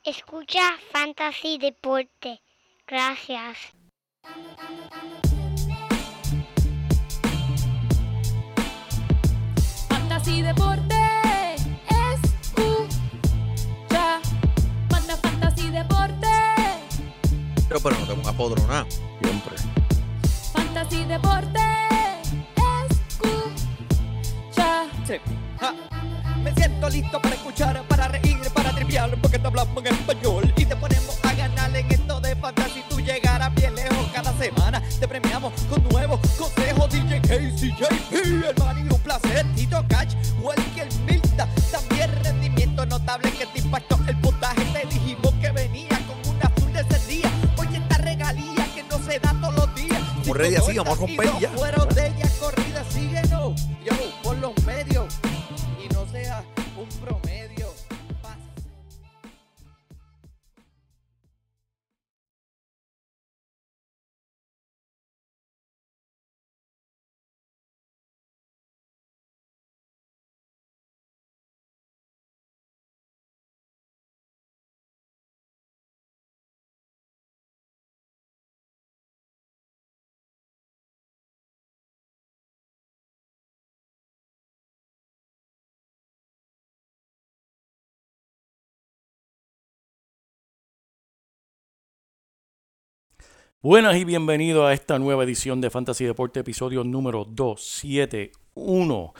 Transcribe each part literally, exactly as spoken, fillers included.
Escucha Fantasy Deporte. Gracias. Fantasy Deporte. Escucha. Manda Fantasy Deporte. Pero, pero no tengo un apodronado. Siempre. Fantasy Deporte. Escucha. Sí. Ja. Me siento listo para escuchar, para reír, para triviar, porque te hablamos en español y te ponemos a ganar en esto de fantasy. Tú llegarás bien lejos cada semana. Te premiamos con nuevos consejos. D J Casey, J P, hermano, y un placer. Tito Cash, Walker Milta. También rendimiento notable que te impactó el puntaje. Te dijimos que venía con una azul de ese día. Oye, esta regalía que no se da todos los días. Como rey así, vamos a romper ya. Fueron de ella corrida, síguenos. Yo, por los medios. Y no sea un promedio. Paz. Buenas y bienvenidos a esta nueva edición de Fantasy Deporte, episodio número doscientos setenta y uno.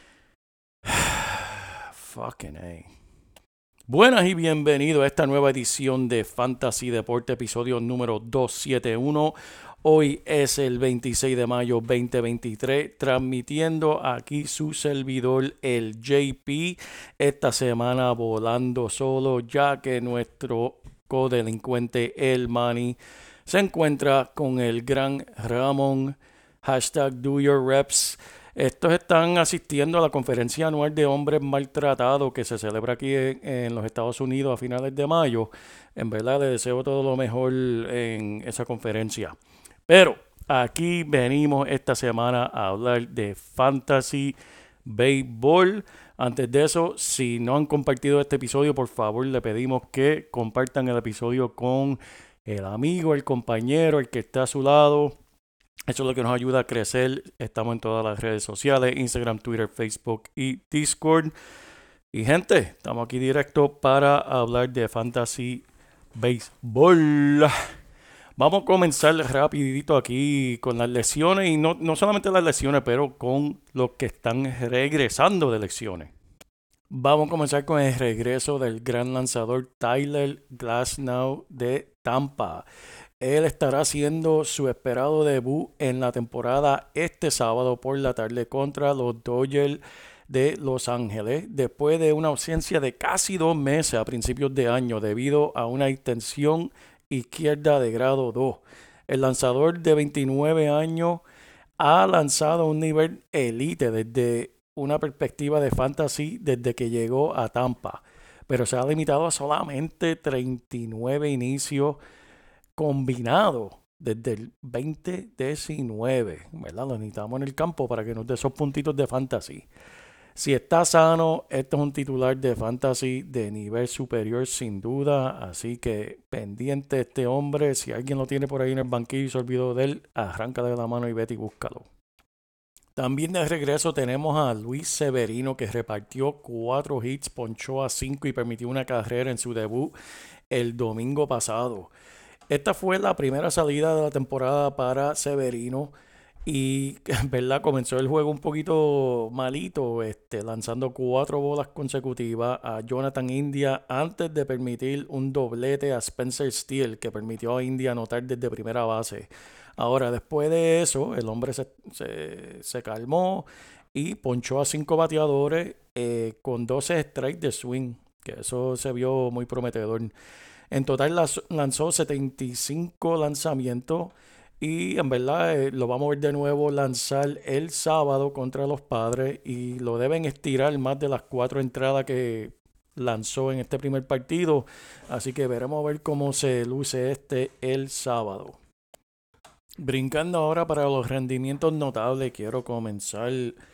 Fucking A. Buenas y bienvenidos a esta nueva edición de Fantasy Deporte, episodio número doscientos setenta y uno. Hoy es el veintiséis de mayo veinte veintitrés, transmitiendo aquí su servidor, el J P, esta semana volando solo, ya que nuestro codelincuente, el Manny, se encuentra con el gran Ramón, hashtag Do Your Reps. Estos están asistiendo a la conferencia anual de hombres maltratados que se celebra aquí en, en los Estados Unidos a finales de mayo. En verdad les deseo todo lo mejor en esa conferencia. Pero aquí venimos esta semana a hablar de Fantasy Baseball. Antes de eso, si no han compartido este episodio, por favor le pedimos que compartan el episodio con el amigo, el compañero, el que está a su lado. Eso es lo que nos ayuda a crecer. Estamos en todas las redes sociales, Instagram, Twitter, Facebook y Discord. Y gente, estamos aquí directo para hablar de Fantasy Baseball. Vamos a comenzar rapidito aquí con las lesiones. Y no, no solamente las lesiones, pero con los que están regresando de lesiones. Vamos a comenzar con el regreso del gran lanzador Tyler Glasnow de Tampa. Él estará haciendo su esperado debut en la temporada este sábado por la tarde contra los Dodgers de Los Ángeles, después de una ausencia de casi dos meses a principios de año debido a una extensión izquierda de grado dos. El lanzador de veintinueve años ha lanzado a un nivel elite desde una perspectiva de fantasy desde que llegó a Tampa, pero se ha limitado a solamente treinta y nueve inicios combinados desde el veinte diecinueve, ¿verdad? Lo necesitamos en el campo para que nos dé esos puntitos de fantasy. Si está sano, este es un titular de fantasy de nivel superior sin duda, así que pendiente este hombre. Si alguien lo tiene por ahí en el banquillo y se olvidó de él, arráncale de la mano y vete y búscalo. También de regreso tenemos a Luis Severino, que repartió cuatro hits, ponchó a cinco y permitió una carrera en su debut el domingo pasado. Esta fue la primera salida de la temporada para Severino y en verdad comenzó el juego un poquito malito, este, lanzando cuatro bolas consecutivas a Jonathan India antes de permitir un doblete a Spencer Steele, que permitió a India anotar desde primera base. Ahora, después de eso, el hombre se, se, se calmó y ponchó a cinco bateadores eh, con doce strikes de swing, que eso se vio muy prometedor. En total lanzó setenta y cinco lanzamientos y en verdad eh, lo vamos a ver de nuevo lanzar el sábado contra los Padres y lo deben estirar más de las cuatro entradas que lanzó en este primer partido. Así que veremos a ver cómo se luce este el sábado. Brincando ahora para los rendimientos notables, quiero comenzar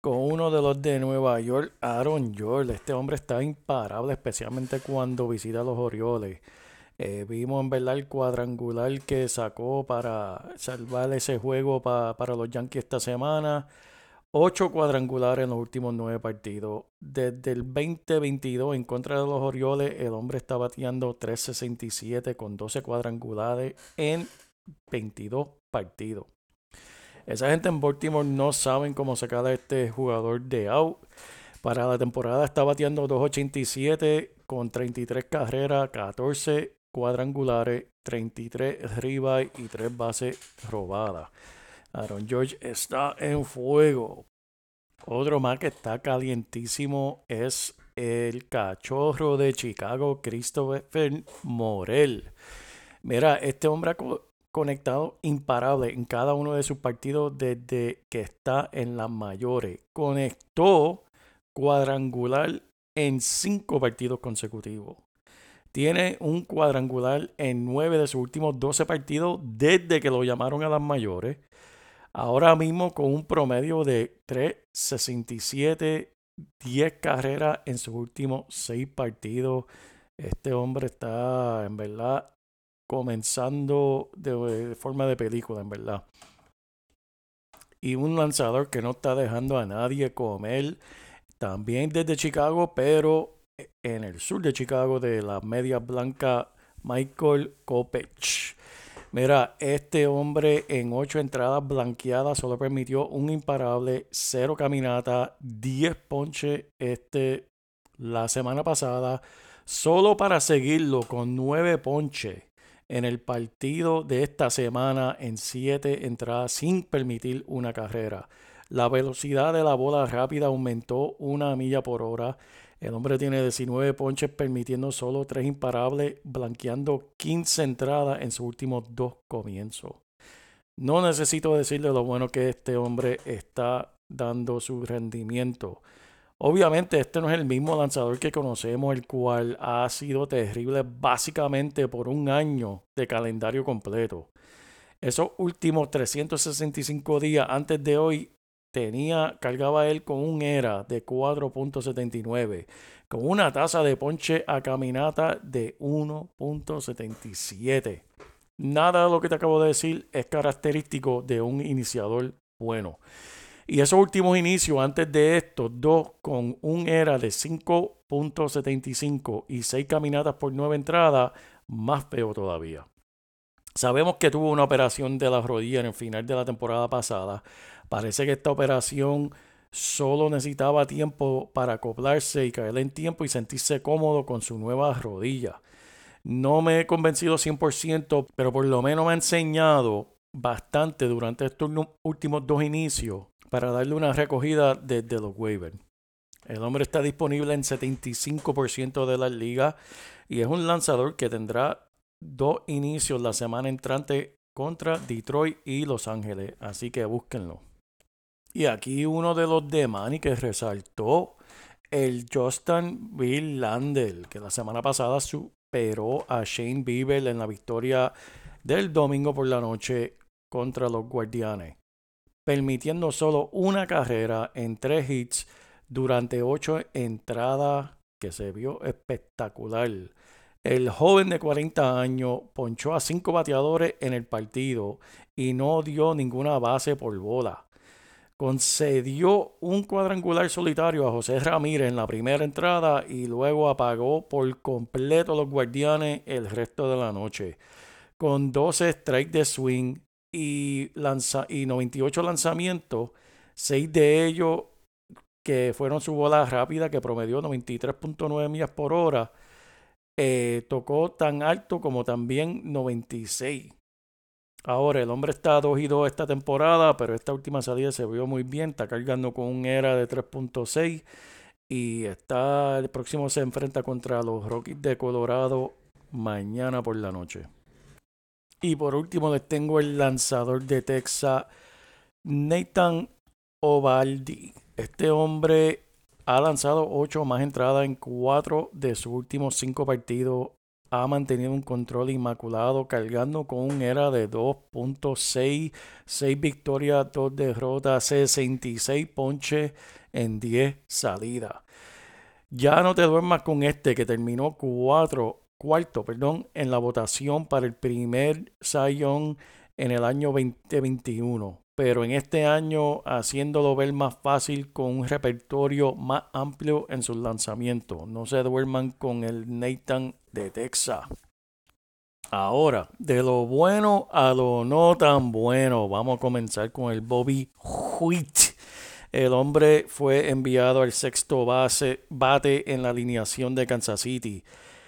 con uno de los de Nueva York, Aaron George. Este hombre está imparable, especialmente cuando visita a los Orioles. Eh, vimos en verdad el cuadrangular que sacó para salvar ese juego pa, para los Yankees esta semana. Ocho cuadrangulares en los últimos nueve partidos. Desde el veinte veintidós en contra de los Orioles, el hombre está bateando tres sesenta y siete con doce cuadrangulares en veintidós partidos. Esa gente en Baltimore no saben cómo sacar a este jugador de out. Para la temporada está bateando dos ochenta y siete con treinta y tres carreras, catorce cuadrangulares, treinta y tres ribas y tres bases robadas. Aaron George está en fuego. Otro más que está calientísimo es el cachorro de Chicago, Christopher Morel. Mira, este hombre ha co- conectado imparable en cada uno de sus partidos desde que está en las mayores. Conectó cuadrangular en cinco partidos consecutivos. Tiene un cuadrangular en nueve de sus últimos doce partidos desde que lo llamaron a las mayores. Ahora mismo con un promedio de tres sesenta y siete, diez carreras en sus últimos seis partidos. Este hombre está en verdad comenzando de, de forma de película, en verdad. Y un lanzador que no está dejando a nadie comer. También desde Chicago, pero en el sur de Chicago, de la media blanca, Michael Kopech. Mira, este hombre en ocho entradas blanqueadas solo permitió un imparable, cero caminata, diez ponches este, la semana pasada, solo para seguirlo con nueve ponches en el partido de esta semana en siete entradas sin permitir una carrera. La velocidad de la bola rápida aumentó una milla por hora. El hombre tiene diecinueve ponches permitiendo solo tres imparables, blanqueando quince entradas en sus últimos dos comienzos. No necesito decirle lo bueno que este hombre está dando su rendimiento. Obviamente este no es el mismo lanzador que conocemos, el cual ha sido terrible básicamente por un año de calendario completo. Esos últimos trescientos sesenta y cinco días antes de hoy, tenía, cargaba él con un E R A de cuatro punto setenta y nueve, con una tasa de ponche a caminata de uno punto setenta y siete. Nada de lo que te acabo de decir es característico de un iniciador bueno. Y esos últimos inicios antes de estos dos, con un E R A de cinco punto setenta y cinco y seis caminatas por nueve entradas, más feo todavía. Sabemos que tuvo una operación de la rodilla en el final de la temporada pasada. Parece que esta operación solo necesitaba tiempo para acoplarse y caer en tiempo y sentirse cómodo con su nueva rodilla. No me he convencido cien por ciento, pero por lo menos me ha enseñado bastante durante estos últimos dos inicios para darle una recogida desde los waivers. El hombre está disponible en setenta y cinco por ciento de las ligas y es un lanzador que tendrá dos inicios la semana entrante contra Detroit y Los Ángeles, así que búsquenlo. Y aquí uno de los de Manny que resaltó, el Justin Verlander, que la semana pasada superó a Shane Bieber en la victoria del domingo por la noche contra los Guardianes, permitiendo solo una carrera en tres hits durante ocho entradas, que se vio espectacular. El joven de cuarenta años ponchó a cinco bateadores en el partido y no dio ninguna base por bola. Concedió un cuadrangular solitario a José Ramírez en la primera entrada y luego apagó por completo a los Guardianes el resto de la noche. Con doce strikes de swing y, lanza- y noventa y ocho lanzamientos, seis de ellos que fueron su bola rápida que promedió noventa y tres punto nueve millas por hora, eh, tocó tan alto como también noventa y seis. Ahora, el hombre está dos y dos esta temporada, pero esta última salida se vio muy bien. Está cargando con un E R A de tres punto seis y está, el próximo se enfrenta contra los Rockies de Colorado mañana por la noche. Y por último les tengo el lanzador de Texas, Nathan Eovaldi. Este hombre ha lanzado ocho más entradas en cuatro de sus últimos cinco partidos ha mantenido un control inmaculado, cargando con un era de dos punto seis, seis victorias, dos derrotas, sesenta y seis ponches en diez salidas. Ya no te duermas con este que terminó cuatro, cuarto perdón, en la votación para el primer Cy Young en el año veinte veintiuno. Pero en este año haciéndolo ver más fácil con un repertorio más amplio en sus lanzamientos. No se duerman con el Nathan de Texas. Ahora, de lo bueno a lo no tan bueno, vamos a comenzar con el Bobby Witt. El hombre fue enviado al sexto base, bate en la alineación de Kansas City.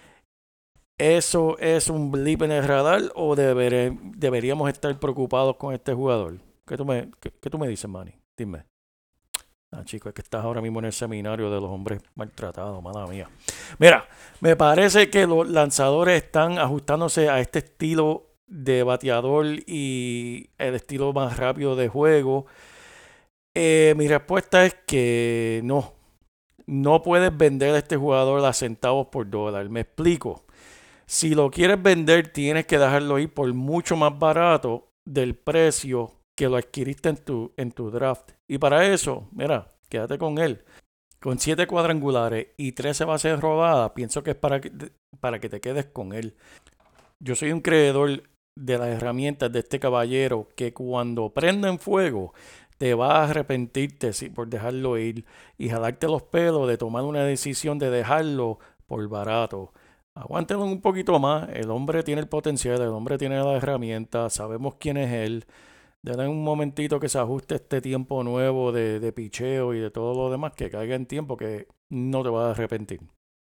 ¿Eso es un blip en el radar o deber, deberíamos estar preocupados con este jugador? ¿Qué tú me, qué, qué tú me dices, Manny? Dime. Ah, chico, es que estás ahora mismo en el seminario de los hombres maltratados, mala mía. Mira, me parece que los lanzadores están ajustándose a este estilo de bateador y el estilo más rápido de juego. Eh, mi respuesta es que no. No puedes vender a este jugador a centavos por dólar. Me explico. Si lo quieres vender, tienes que dejarlo ir por mucho más barato del precio que lo adquiriste en tu, en tu draft. Y para eso, mira, quédate con él. Con siete cuadrangulares y trece bases robadas, pienso que es para que, para que te quedes con él. Yo soy un creedor de las herramientas de este caballero que cuando prenda en fuego te vas a arrepentirte por dejarlo ir y jalarte los pelos de tomar una decisión de dejarlo por barato. Aguántenlo un poquito más. El hombre tiene el potencial, el hombre tiene las herramientas, sabemos quién es él. Denle un momentito que se ajuste este tiempo nuevo de, de picheo y de todo lo demás, que caiga en tiempo que no te vas a arrepentir.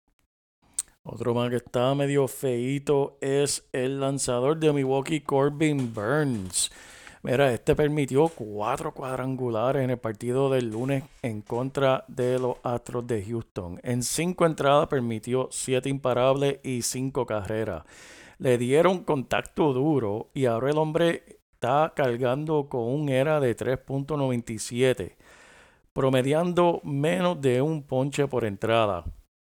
Otro más que está medio feíto es el lanzador de Milwaukee, Corbin Burnes. Mira, este permitió cuatro cuadrangulares en el partido del lunes en contra de los Astros de Houston. En cinco entradas permitió siete imparables y cinco carreras. Le dieron contacto duro y ahora el hombre está cargando con un era de tres punto noventa y siete, promediando menos de un ponche por entrada.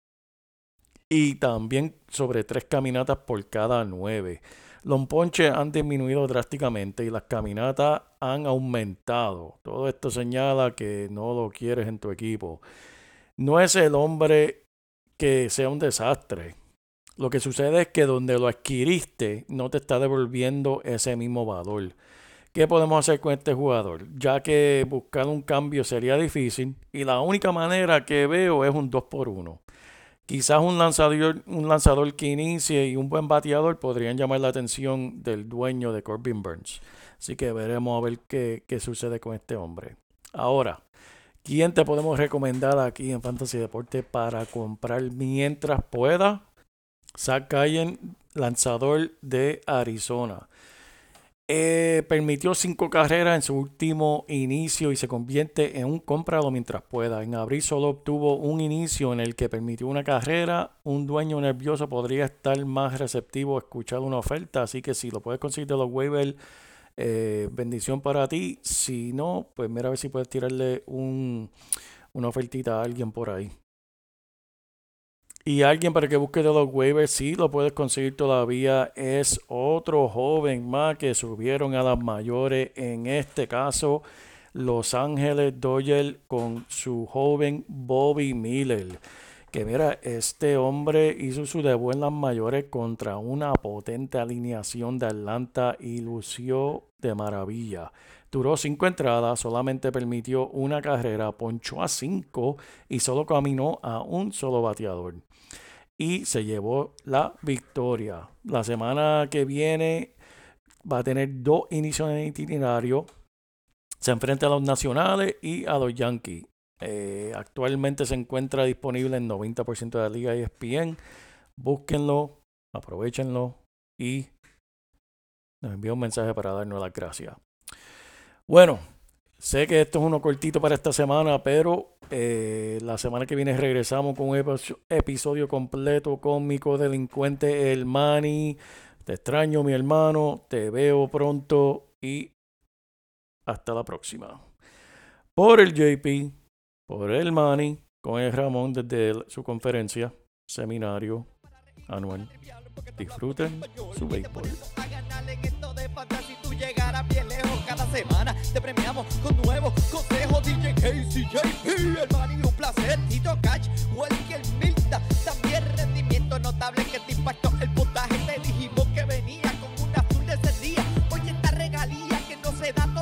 Y también sobre tres caminatas por cada nueve. Los ponches han disminuido drásticamente y las caminatas han aumentado. Todo esto señala que no lo quieres en tu equipo. No es el hombre que sea un desastre. Lo que sucede es que donde lo adquiriste no te está devolviendo ese mismo valor. ¿Qué podemos hacer con este jugador? Ya que buscar un cambio sería difícil y la única manera que veo es un dos por uno. Quizás un lanzador, un lanzador que inicie y un buen bateador podrían llamar la atención del dueño de Corbin Burnes. Así que veremos a ver qué, qué sucede con este hombre. Ahora, ¿quién te podemos recomendar aquí en Fantasy Deporte para comprar mientras pueda? Zach Gallen, lanzador de Arizona. Eh, permitió cinco carreras en su último inicio y se convierte en un cómpralo mientras pueda. En abril solo obtuvo un inicio en el que permitió una carrera. Un dueño nervioso podría estar más receptivo a escuchar una oferta. Así que si lo puedes conseguir de los waivers, eh, bendición para ti. Si no, pues mira a ver si puedes tirarle un, una ofertita a alguien por ahí. Y alguien para que busque de los waivers, sí lo puedes conseguir todavía, es otro joven más que subieron a las mayores. En este caso, Los Ángeles Dodgers con su joven Bobby Miller. Que mira, este hombre hizo su debut en las mayores contra una potente alineación de Atlanta y lució de maravilla. Duró cinco entradas, solamente permitió una carrera, ponchó a cinco y solo caminó a un solo bateador. Y se llevó la victoria. La semana que viene va a tener dos inicios en el itinerario. Se enfrenta a los Nacionales y a los Yankees. Eh, actualmente se encuentra disponible en noventa por ciento de la liga E S P N. Búsquenlo, aprovechenlo y nos envía un mensaje para darnos las gracias. Bueno, sé que esto es uno cortito para esta semana, pero eh, la semana que viene regresamos con un episodio completo con mi codelincuente el Manny. Te extraño, mi hermano. Te veo pronto y hasta la próxima. Por el J P, por el Manny, con el Ramón desde su conferencia, seminario anual. disfruten su béisbol. A ganar en esto de fantasy, tú llegarás bien lejos. Cada semana te premiamos con nuevos consejos. D J K C J P, el Manny, un placer. Tito Cash, Welker Milta, también rendimiento notable que te impactó el puntaje. Te dijimos que venía con una azul de ese día. Oye, esta regalía que no se da